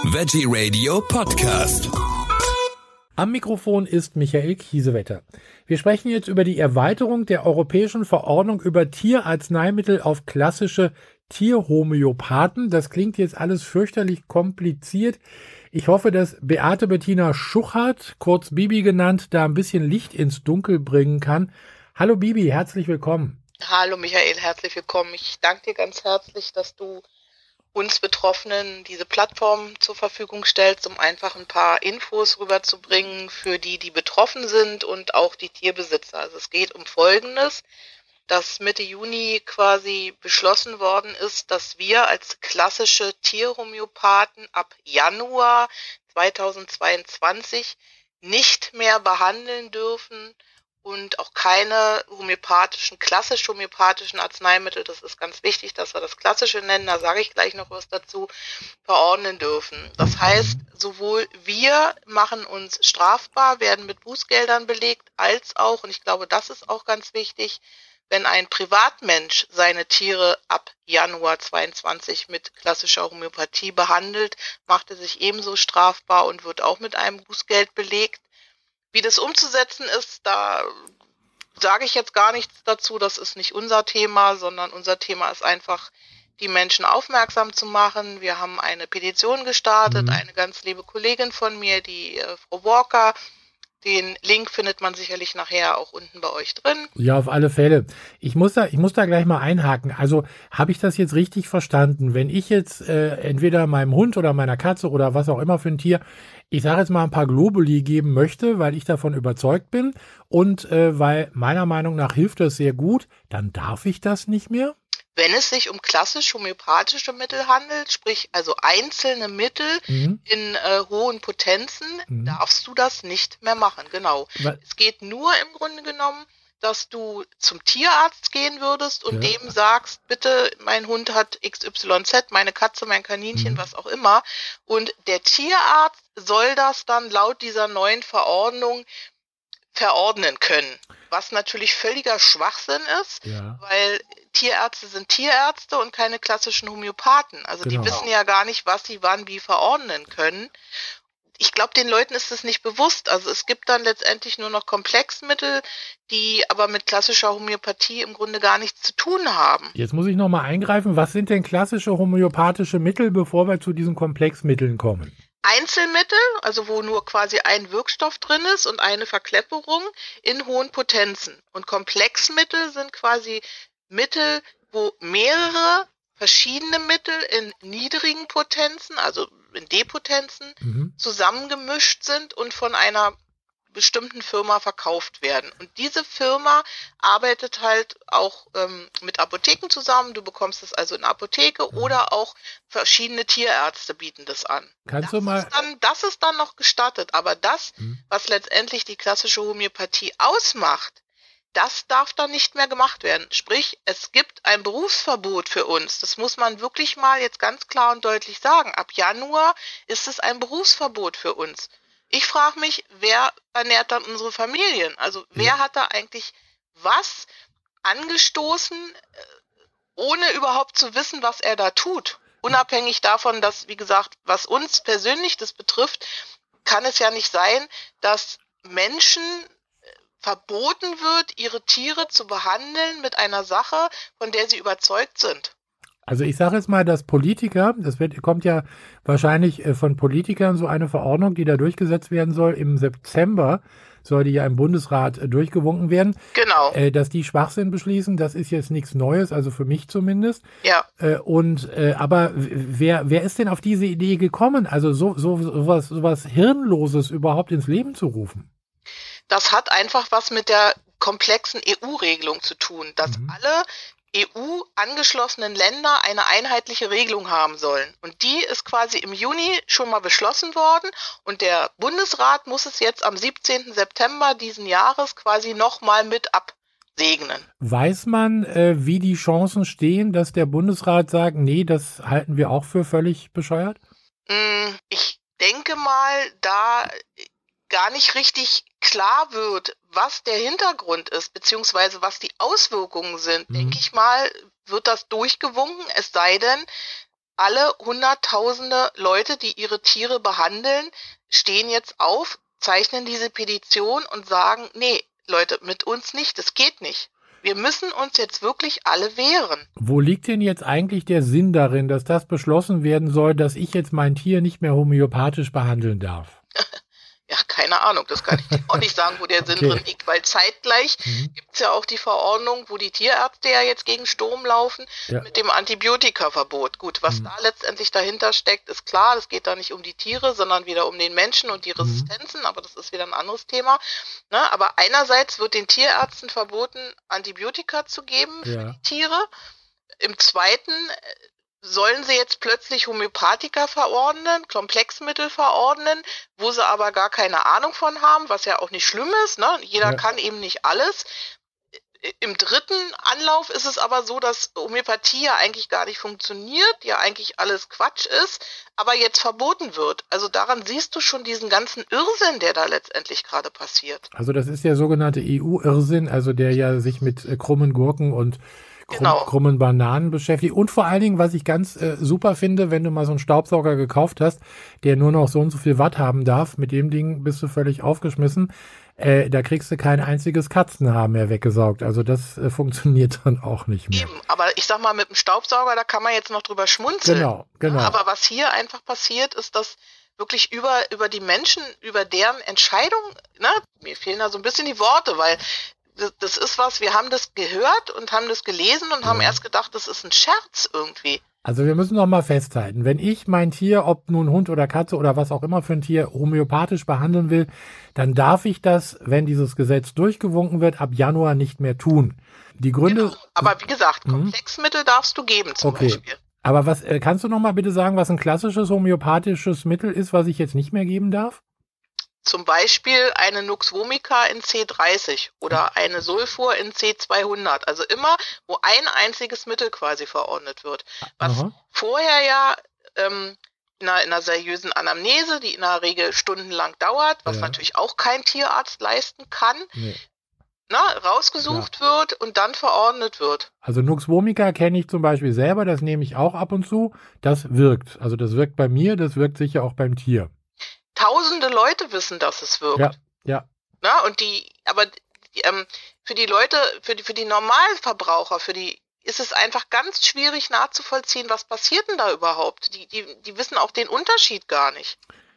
Veggie Radio Podcast. Am Mikrofon ist Michael Kiesewetter. Wir sprechen jetzt über die Erweiterung der Europäischen Verordnung über Tierarzneimittel auf klassische Tierhomöopathen. Das klingt jetzt alles fürchterlich kompliziert. Ich hoffe, dass Beate Bettina Schuchart, kurz Bibi genannt, da ein bisschen Licht ins Dunkel bringen kann. Hallo Bibi, herzlich willkommen. Hallo Michael, herzlich willkommen. Ich danke dir ganz herzlich, dass du uns Betroffenen diese Plattform zur Verfügung stellst, um einfach ein paar Infos rüberzubringen für die, die betroffen sind und auch die Tierbesitzer. Also es geht um Folgendes, dass Mitte Juni quasi beschlossen worden ist, dass wir als klassische Tierhomöopathen ab Januar 2022 nicht mehr behandeln dürfen und auch keine klassisch homöopathischen Arzneimittel, das ist ganz wichtig, dass wir das Klassische nennen, da sage ich gleich noch was dazu, verordnen dürfen. Das heißt, sowohl wir machen uns strafbar, werden mit Bußgeldern belegt, als auch, und ich glaube, das ist auch ganz wichtig, wenn ein Privatmensch seine Tiere ab Januar 22 mit klassischer Homöopathie behandelt, macht er sich ebenso strafbar und wird auch mit einem Bußgeld belegt. Wie das umzusetzen ist, da sage ich jetzt gar nichts dazu. Das ist nicht unser Thema, sondern unser Thema ist einfach, die Menschen aufmerksam zu machen. Wir haben eine Petition gestartet, eine ganz liebe Kollegin von mir, die Frau Walker. Den Link findet man sicherlich nachher auch unten bei euch drin. Ja, auf alle Fälle. Ich muss da gleich mal einhaken. Also habe ich das jetzt richtig verstanden? Wenn ich jetzt entweder meinem Hund oder meiner Katze oder was auch immer für ein Tier, ich sage jetzt mal ein paar Globuli geben möchte, weil ich davon überzeugt bin und weil meiner Meinung nach hilft das sehr gut, dann darf ich das nicht mehr? Wenn es sich um klassisch homöopathische Mittel handelt, sprich also einzelne Mittel in hohen Potenzen, darfst du das nicht mehr machen, genau. Es geht nur im Grunde genommen, dass du zum Tierarzt gehen würdest und dem sagst, bitte, mein Hund hat XYZ, meine Katze, mein Kaninchen, was auch immer. Und der Tierarzt soll das dann laut dieser neuen Verordnung verordnen können. Was natürlich völliger Schwachsinn ist, weil Tierärzte sind Tierärzte und keine klassischen Homöopathen. Also die wissen ja gar nicht, was sie wann wie verordnen können. Ich glaube, den Leuten ist es nicht bewusst. Also es gibt dann letztendlich nur noch Komplexmittel, die aber mit klassischer Homöopathie im Grunde gar nichts zu tun haben. Jetzt muss ich nochmal eingreifen. Was sind denn klassische homöopathische Mittel, bevor wir zu diesen Komplexmitteln kommen? Einzelmittel, also wo nur quasi ein Wirkstoff drin ist und eine Verklepperung in hohen Potenzen. Und Komplexmittel sind quasi Mittel, wo mehrere verschiedene Mittel in niedrigen Potenzen, also in Depotenzen, zusammengemischt sind und von einer bestimmten Firma verkauft werden. Und diese Firma arbeitet halt auch mit Apotheken zusammen. Du bekommst es also in der Apotheke oder auch verschiedene Tierärzte bieten das an. Das ist dann noch gestattet. Aber das, was letztendlich die klassische Homöopathie ausmacht, das darf dann nicht mehr gemacht werden. Sprich, es gibt ein Berufsverbot für uns. Das muss man wirklich mal jetzt ganz klar und deutlich sagen. Ab Januar ist es ein Berufsverbot für uns. Ich frage mich, wer ernährt dann unsere Familien? Also wer hat da eigentlich was angestoßen, ohne überhaupt zu wissen, was er da tut? Unabhängig davon, dass, wie gesagt, was uns persönlich das betrifft, kann es ja nicht sein, dass Menschen verboten wird, ihre Tiere zu behandeln mit einer Sache, von der sie überzeugt sind. Also ich sage jetzt mal, dass Politiker, kommt ja wahrscheinlich von Politikern so eine Verordnung, die da durchgesetzt werden soll. Im September soll die ja im Bundesrat durchgewunken werden. Genau. Dass die Schwachsinn beschließen, das ist jetzt nichts Neues, also für mich zumindest. Ja. Aber wer ist denn auf diese Idee gekommen, also sowas Hirnloses überhaupt ins Leben zu rufen? Das hat einfach was mit der komplexen EU-Regelung zu tun, dass alle EU-angeschlossenen Länder eine einheitliche Regelung haben sollen. Und die ist quasi im Juni schon mal beschlossen worden und der Bundesrat muss es jetzt am 17. September diesen Jahres quasi nochmal mit absegnen. Weiß man, wie die Chancen stehen, dass der Bundesrat sagt, nee, das halten wir auch für völlig bescheuert? Ich denke mal, da gar nicht richtig klar wird, was der Hintergrund ist, beziehungsweise was die Auswirkungen sind, denke ich mal, wird das durchgewunken, es sei denn, alle hunderttausende Leute, die ihre Tiere behandeln, stehen jetzt auf, zeichnen diese Petition und sagen, nee, Leute, mit uns nicht, das geht nicht. Wir müssen uns jetzt wirklich alle wehren. Wo liegt denn jetzt eigentlich der Sinn darin, dass das beschlossen werden soll, dass ich jetzt mein Tier nicht mehr homöopathisch behandeln darf? Ja, keine Ahnung, das kann ich dir auch nicht sagen, wo der Sinn drin liegt, weil zeitgleich gibt's ja auch die Verordnung, wo die Tierärzte ja jetzt gegen Sturm laufen, mit dem Antibiotikaverbot. Gut, was da letztendlich dahinter steckt, ist klar, es geht da nicht um die Tiere, sondern wieder um den Menschen und die Resistenzen, aber das ist wieder ein anderes Thema. Ne? Aber einerseits wird den Tierärzten verboten, Antibiotika zu geben für die Tiere. Im Zweiten sollen sie jetzt plötzlich Homöopathika verordnen, Komplexmittel verordnen, wo sie aber gar keine Ahnung von haben, was ja auch nicht schlimm ist, ne? Jeder kann eben nicht alles. Im dritten Anlauf ist es aber so, dass Homöopathie ja eigentlich gar nicht funktioniert, ja eigentlich alles Quatsch ist, aber jetzt verboten wird. Also daran siehst du schon diesen ganzen Irrsinn, der da letztendlich gerade passiert. Also das ist der sogenannte EU-Irrsinn, also der ja sich mit krummen Gurken und krummen Bananen beschäftigt. Und vor allen Dingen, was ich ganz super finde, wenn du mal so einen Staubsauger gekauft hast, der nur noch so und so viel Watt haben darf, mit dem Ding bist du völlig aufgeschmissen. Da kriegst du kein einziges Katzenhaar mehr weggesaugt. Also das funktioniert dann auch nicht mehr. Eben, aber ich sag mal, mit dem Staubsauger, da kann man jetzt noch drüber schmunzeln. Genau. Aber was hier einfach passiert, ist, dass wirklich über die Menschen, über deren Entscheidung, ne, mir fehlen da so ein bisschen die Worte, weil das ist was, wir haben das gehört und haben das gelesen und haben erst gedacht, das ist ein Scherz irgendwie. Also wir müssen noch mal festhalten, wenn ich mein Tier, ob nun Hund oder Katze oder was auch immer für ein Tier, homöopathisch behandeln will, dann darf ich das, wenn dieses Gesetz durchgewunken wird, ab Januar nicht mehr tun. Die Gründe. Genau. Aber wie gesagt, Komplexmittel darfst du geben zum Beispiel. Aber was kannst du noch mal bitte sagen, was ein klassisches homöopathisches Mittel ist, was ich jetzt nicht mehr geben darf? Zum Beispiel eine Nux vomica in C30 oder eine Sulfur in C200. Also immer, wo ein einziges Mittel quasi verordnet wird. Was vorher ja in einer seriösen Anamnese, die in der Regel stundenlang dauert, was natürlich auch kein Tierarzt leisten kann, rausgesucht wird und dann verordnet wird. Also Nux vomica kenne ich zum Beispiel selber, das nehme ich auch ab und zu. Das wirkt. Also das wirkt bei mir, das wirkt sicher auch beim Tier. Tausende Leute wissen, dass es wirkt. Ja. Na, und für die Leute, für die Normalverbraucher, ist es einfach ganz schwierig nachzuvollziehen, was passiert denn da überhaupt? Die wissen auch den Unterschied gar nicht.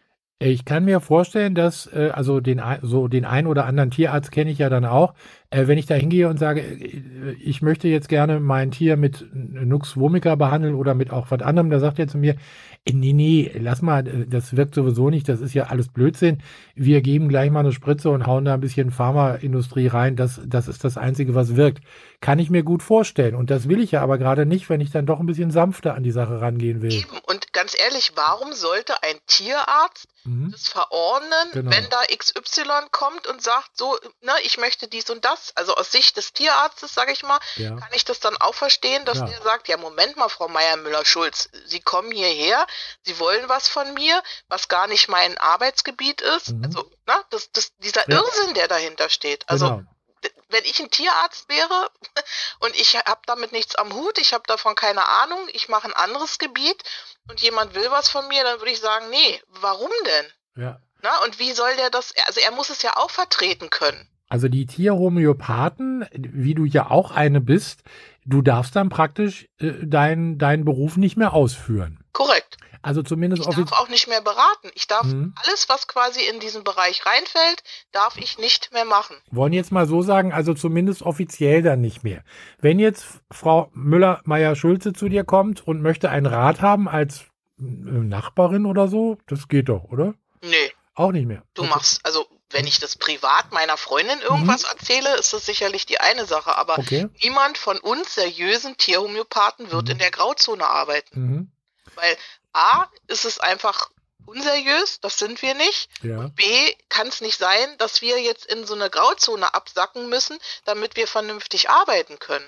Ich kann mir vorstellen, dass, also den einen oder anderen Tierarzt kenne ich ja dann auch, wenn ich da hingehe und sage, ich möchte jetzt gerne mein Tier mit Nux vomica behandeln oder mit auch was anderem, da sagt er zu mir, nee, lass mal, das wirkt sowieso nicht, das ist ja alles Blödsinn. Wir geben gleich mal eine Spritze und hauen da ein bisschen Pharmaindustrie rein, das ist das Einzige, was wirkt. Kann ich mir gut vorstellen und das will ich ja aber gerade nicht, wenn ich dann doch ein bisschen sanfter an die Sache rangehen will. Eben, und ganz ehrlich, warum sollte ein Tierarzt das verordnen, wenn da XY kommt und sagt, so, ich möchte dies und das, also aus Sicht des Tierarztes, sage ich mal, kann ich das dann auch verstehen, dass der sagt, ja, Moment mal, Frau Meier-Müller-Schulz, Sie kommen hierher, Sie wollen was von mir, was gar nicht mein Arbeitsgebiet ist, also, dieser Irrsinn, der dahinter steht, also, wenn ich ein Tierarzt wäre und ich habe damit nichts am Hut, ich habe davon keine Ahnung, ich mache ein anderes Gebiet und jemand will was von mir, dann würde ich sagen, nee, warum denn? Ja. Und wie soll der das, also er muss es ja auch vertreten können. Also die Tierhomöopathen, wie du ja auch eine bist, du darfst dann praktisch deinen Beruf nicht mehr ausführen. Korrekt. Also zumindest ich darf auch nicht mehr beraten. Ich darf alles, was quasi in diesen Bereich reinfällt, darf ich nicht mehr machen. Wollen jetzt mal so sagen, also zumindest offiziell dann nicht mehr. Wenn jetzt Frau Müller-Meyer-Schulze zu dir kommt und möchte einen Rat haben als Nachbarin oder so, das geht doch, oder? Nee. Auch nicht mehr. Du machst, also wenn ich das privat meiner Freundin irgendwas erzähle, ist das sicherlich die eine Sache, aber niemand von uns seriösen Tierhomöopathen wird in der Grauzone arbeiten. Weil A, ist es einfach unseriös, das sind wir nicht. Ja. B, kann es nicht sein, dass wir jetzt in so eine Grauzone absacken müssen, damit wir vernünftig arbeiten können.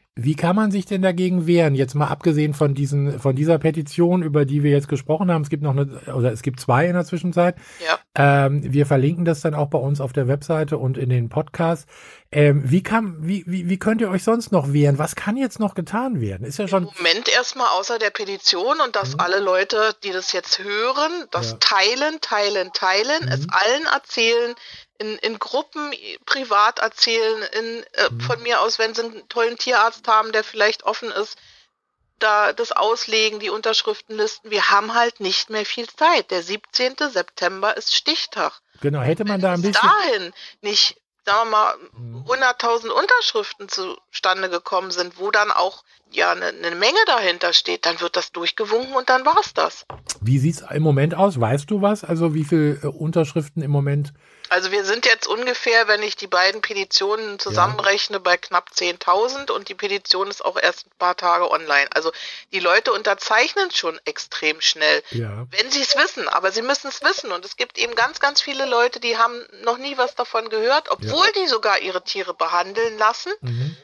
Wie kann man sich denn dagegen wehren? Jetzt mal abgesehen von dieser Petition, über die wir jetzt gesprochen haben. Es gibt 2 in der Zwischenzeit. Ja. Wir verlinken das dann auch bei uns auf der Webseite und in den Podcasts. Wie könnt ihr euch sonst noch wehren? Was kann jetzt noch getan werden? Ist ja schon. Im Moment erstmal außer der Petition und dass alle Leute, die das jetzt hören, das teilen, es allen erzählen, in Gruppen privat erzählen, von mir aus, wenn sie einen tollen Tierarzt haben, der vielleicht offen ist, da das auslegen, die Unterschriftenlisten. Wir haben halt nicht mehr viel Zeit. Der 17. September ist Stichtag. Genau, hätte man da ein bisschen. Dahin nicht, sagen wir mal, 100.000 Unterschriften zustande gekommen sind, wo dann auch eine Menge dahinter steht, dann wird das durchgewunken und dann war's das. Wie sieht's im Moment aus? Weißt du was? Also wie viele Unterschriften im Moment? Also wir sind jetzt ungefähr, wenn ich die beiden Petitionen zusammenrechne, bei knapp 10.000 und die Petition ist auch erst ein paar Tage online. Also die Leute unterzeichnen schon extrem schnell, wenn sie es wissen, aber sie müssen es wissen und es gibt eben ganz, ganz viele Leute, die haben noch nie was davon gehört, obwohl die sogar ihre Tiere behandeln lassen,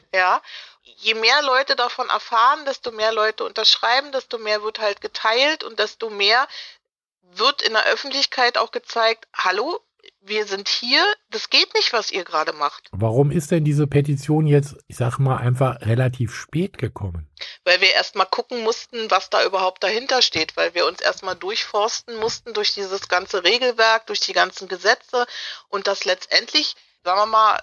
Je mehr Leute davon erfahren, desto mehr Leute unterschreiben, desto mehr wird halt geteilt und desto mehr wird in der Öffentlichkeit auch gezeigt, hallo, wir sind hier, das geht nicht, was ihr gerade macht. Warum ist denn diese Petition jetzt, ich sag mal, einfach relativ spät gekommen? Weil wir erstmal gucken mussten, was da überhaupt dahinter steht, weil wir uns erstmal durchforsten mussten durch dieses ganze Regelwerk, durch die ganzen Gesetze und das letztendlich, sagen wir mal,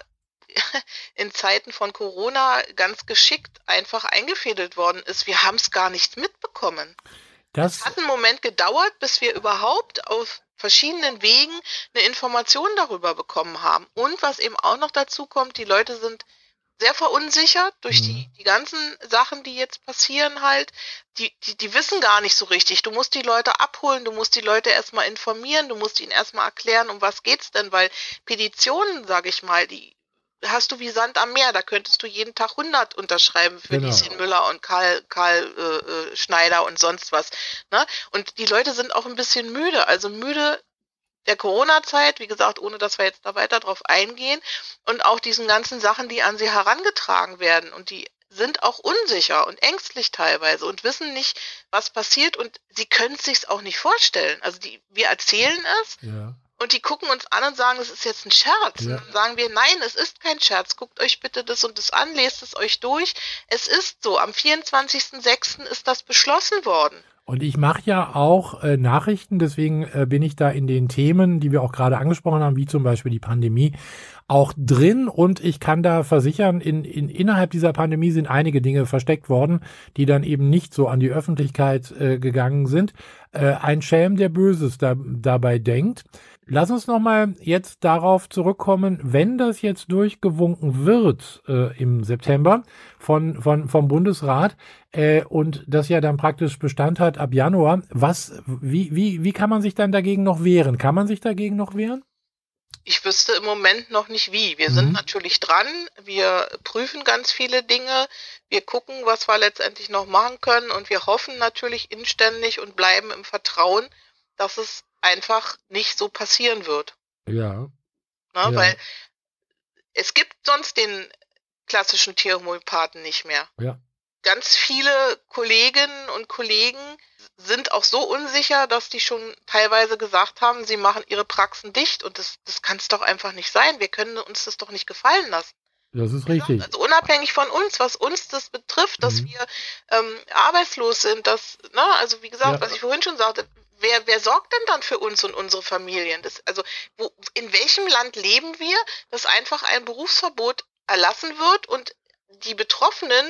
in Zeiten von Corona ganz geschickt einfach eingefädelt worden ist. Wir haben es gar nicht mitbekommen. Es hat einen Moment gedauert, bis wir überhaupt auf verschiedenen Wegen eine Information darüber bekommen haben. Und was eben auch noch dazu kommt, die Leute sind sehr verunsichert durch die ganzen Sachen, die jetzt passieren halt. Die wissen gar nicht so richtig. Du musst die Leute abholen, du musst die Leute erstmal informieren, du musst ihnen erstmal erklären, um was geht's denn, weil Petitionen, sage ich mal, die hast du wie Sand am Meer, da könntest du jeden Tag 100 unterschreiben für Lieschen Müller und Karl Schneider und sonst was. Ne? Und die Leute sind auch ein bisschen müde, also müde der Corona-Zeit, wie gesagt, ohne dass wir jetzt da weiter drauf eingehen und auch diesen ganzen Sachen, die an sie herangetragen werden und die sind auch unsicher und ängstlich teilweise und wissen nicht, was passiert und sie können es sich auch nicht vorstellen. Also wir erzählen es. Ja. Und die gucken uns an und sagen, das ist jetzt ein Scherz. Ja. Und dann sagen wir, nein, es ist kein Scherz. Guckt euch bitte das und das an, lest es euch durch. Es ist so, am 24.06. ist das beschlossen worden. Und ich mache ja auch Nachrichten, deswegen bin ich da in den Themen, die wir auch gerade angesprochen haben, wie zum Beispiel die Pandemie, auch drin. Und ich kann da versichern, innerhalb dieser Pandemie sind einige Dinge versteckt worden, die dann eben nicht so an die Öffentlichkeit gegangen sind. Ein Schelm, der Böses dabei denkt. Lass uns nochmal jetzt darauf zurückkommen, wenn das jetzt durchgewunken wird im September vom Bundesrat und das ja dann praktisch Bestand hat ab Januar, wie kann man sich dann dagegen noch wehren? Kann man sich dagegen noch wehren? Ich wüsste im Moment noch nicht wie. Wir sind natürlich dran, wir prüfen ganz viele Dinge, wir gucken, was wir letztendlich noch machen können und wir hoffen natürlich inständig und bleiben im Vertrauen, dass es einfach nicht so passieren wird. Ja. Weil es gibt sonst den klassischen Tierhomöopathen nicht mehr. Ja. Ganz viele Kolleginnen und Kollegen sind auch so unsicher, dass die schon teilweise gesagt haben, sie machen ihre Praxen dicht und das kann es doch einfach nicht sein. Wir können uns das doch nicht gefallen lassen. Das ist richtig. Also unabhängig von uns, was uns das betrifft, dass wir arbeitslos sind, also wie gesagt, was ich vorhin schon sagte, wer sorgt denn dann für uns und unsere Familien? In welchem Land leben wir, dass einfach ein Berufsverbot erlassen wird und die Betroffenen,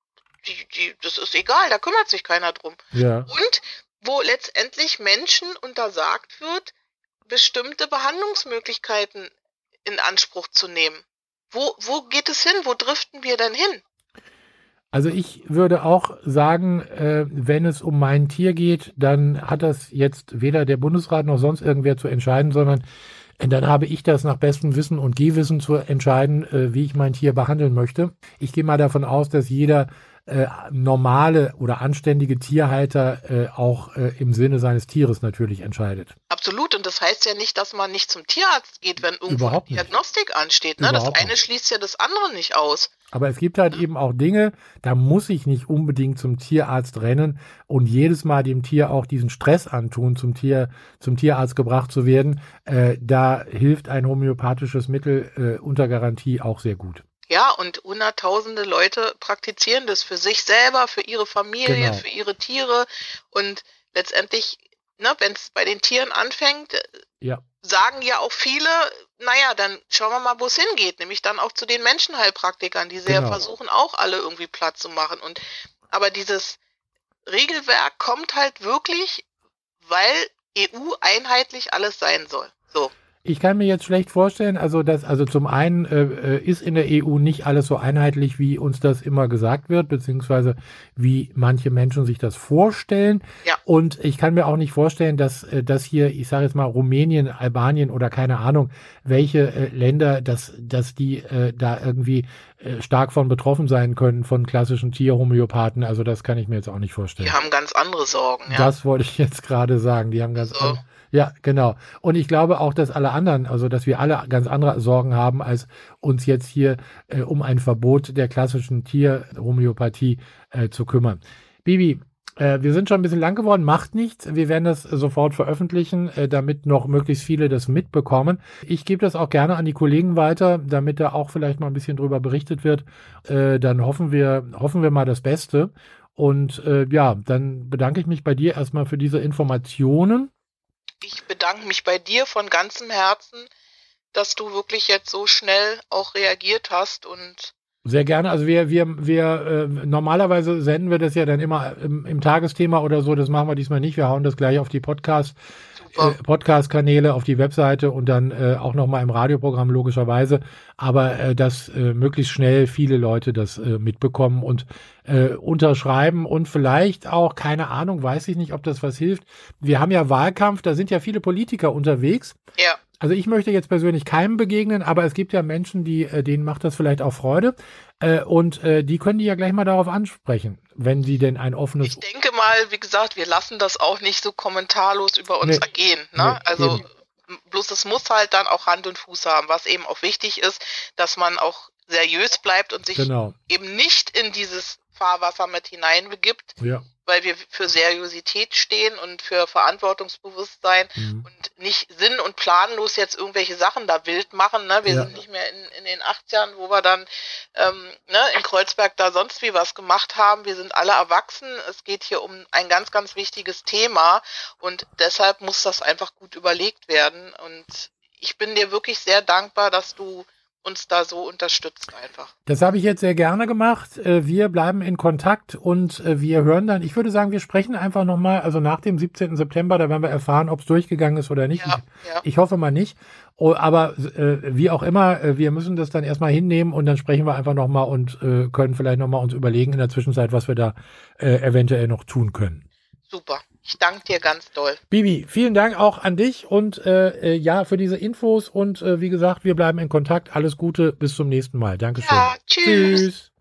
das ist egal, da kümmert sich keiner drum. Ja. Und wo letztendlich Menschen untersagt wird, bestimmte Behandlungsmöglichkeiten in Anspruch zu nehmen. Wo geht es hin? Wo driften wir denn hin? Also ich würde auch sagen, wenn es um mein Tier geht, dann hat das jetzt weder der Bundesrat noch sonst irgendwer zu entscheiden, sondern dann habe ich das nach bestem Wissen und Gehwissen zu entscheiden, wie ich mein Tier behandeln möchte. Ich gehe mal davon aus, dass jeder normale oder anständige Tierhalter auch im Sinne seines Tieres natürlich entscheidet. Absolut. Und das heißt ja nicht, dass man nicht zum Tierarzt geht, wenn irgendwo eine Diagnostik ansteht. Ne? Das eine schließt ja das andere nicht aus. Aber es gibt halt eben auch Dinge, da muss ich nicht unbedingt zum Tierarzt rennen und jedes Mal dem Tier auch diesen Stress antun, zum Tierarzt gebracht zu werden. Da hilft ein homöopathisches Mittel unter Garantie auch sehr gut. Ja, und hunderttausende Leute praktizieren das für sich selber, für ihre Familie, für ihre Tiere. Und letztendlich, ne, wenn es bei den Tieren anfängt, sagen ja auch viele, naja, dann schauen wir mal, wo es hingeht, nämlich dann auch zu den Menschenheilpraktikern, die sie ja versuchen auch alle irgendwie platt zu machen. Aber dieses Regelwerk kommt halt wirklich, weil EU einheitlich alles sein soll. So. Ich kann mir jetzt schlecht vorstellen, also zum einen ist in der EU nicht alles so einheitlich, wie uns das immer gesagt wird, beziehungsweise wie manche Menschen sich das vorstellen. Ja. Und ich kann mir auch nicht vorstellen, dass das hier, ich sage jetzt mal Rumänien, Albanien oder keine Ahnung, welche Länder, dass die da irgendwie stark von betroffen sein können von klassischen Tierhomöopathen. Also das kann ich mir jetzt auch nicht vorstellen. Die haben ganz andere Sorgen. Ja. Das wollte ich jetzt gerade sagen. Die haben ganz andere. Ja, genau. Und ich glaube auch, dass alle anderen, also dass wir alle ganz andere Sorgen haben, als uns jetzt hier um ein Verbot der klassischen Tierhomöopathie zu kümmern. Bibi, wir sind schon ein bisschen lang geworden, macht nichts. Wir werden das sofort veröffentlichen, damit noch möglichst viele das mitbekommen. Ich gebe das auch gerne an die Kollegen weiter, damit da auch vielleicht mal ein bisschen drüber berichtet wird. Dann hoffen wir mal das Beste. Und dann bedanke ich mich bei dir erstmal für diese Informationen. Ich bedanke mich bei dir von ganzem Herzen, dass du wirklich jetzt so schnell auch reagiert hast und sehr gerne. Also wir normalerweise senden wir das ja dann immer im Tagesthema oder so. Das machen wir diesmal nicht. Wir hauen das gleich auf die Podcast-Kanäle, auf die Webseite und dann auch nochmal im Radioprogramm logischerweise. Aber dass möglichst schnell viele Leute das mitbekommen und unterschreiben und vielleicht auch, keine Ahnung, weiß ich nicht, ob das was hilft. Wir haben ja Wahlkampf, da sind ja viele Politiker unterwegs. Ja. Also ich möchte jetzt persönlich keinem begegnen, aber es gibt ja Menschen, denen macht das vielleicht auch Freude. Und die können die ja gleich mal darauf ansprechen, wenn sie denn ein offenes... Ich denke mal, wie gesagt, wir lassen das auch nicht so kommentarlos über uns ergehen. Ne? Nee, also eben. bloß es muss halt dann auch Hand und Fuß haben, was eben auch wichtig ist, dass man auch seriös bleibt und sich eben nicht in dieses Fahrwasser mit hineinbegibt, weil wir für Seriosität stehen und für Verantwortungsbewusstsein und nicht sinn- und planlos jetzt irgendwelche Sachen da wild machen. Ne? Wir sind nicht mehr in den 80ern, wo wir dann in Kreuzberg da sonst wie was gemacht haben. Wir sind alle erwachsen. Es geht hier um ein ganz, ganz wichtiges Thema und deshalb muss das einfach gut überlegt werden. Und ich bin dir wirklich sehr dankbar, dass du uns da so unterstützt einfach. Das habe ich jetzt sehr gerne gemacht. Wir bleiben in Kontakt und wir hören dann, ich würde sagen, wir sprechen einfach nochmal, also nach dem 17. September, da werden wir erfahren, ob es durchgegangen ist oder nicht. Ja. Ich hoffe mal nicht. Aber wie auch immer, wir müssen das dann erstmal hinnehmen und dann sprechen wir einfach nochmal und können vielleicht nochmal uns überlegen in der Zwischenzeit, was wir da eventuell noch tun können. Super. Ich danke dir ganz doll. Bibi, vielen Dank auch an dich und für diese Infos und wie gesagt, wir bleiben in Kontakt. Alles Gute, bis zum nächsten Mal. Dankeschön. Ja, tschüss.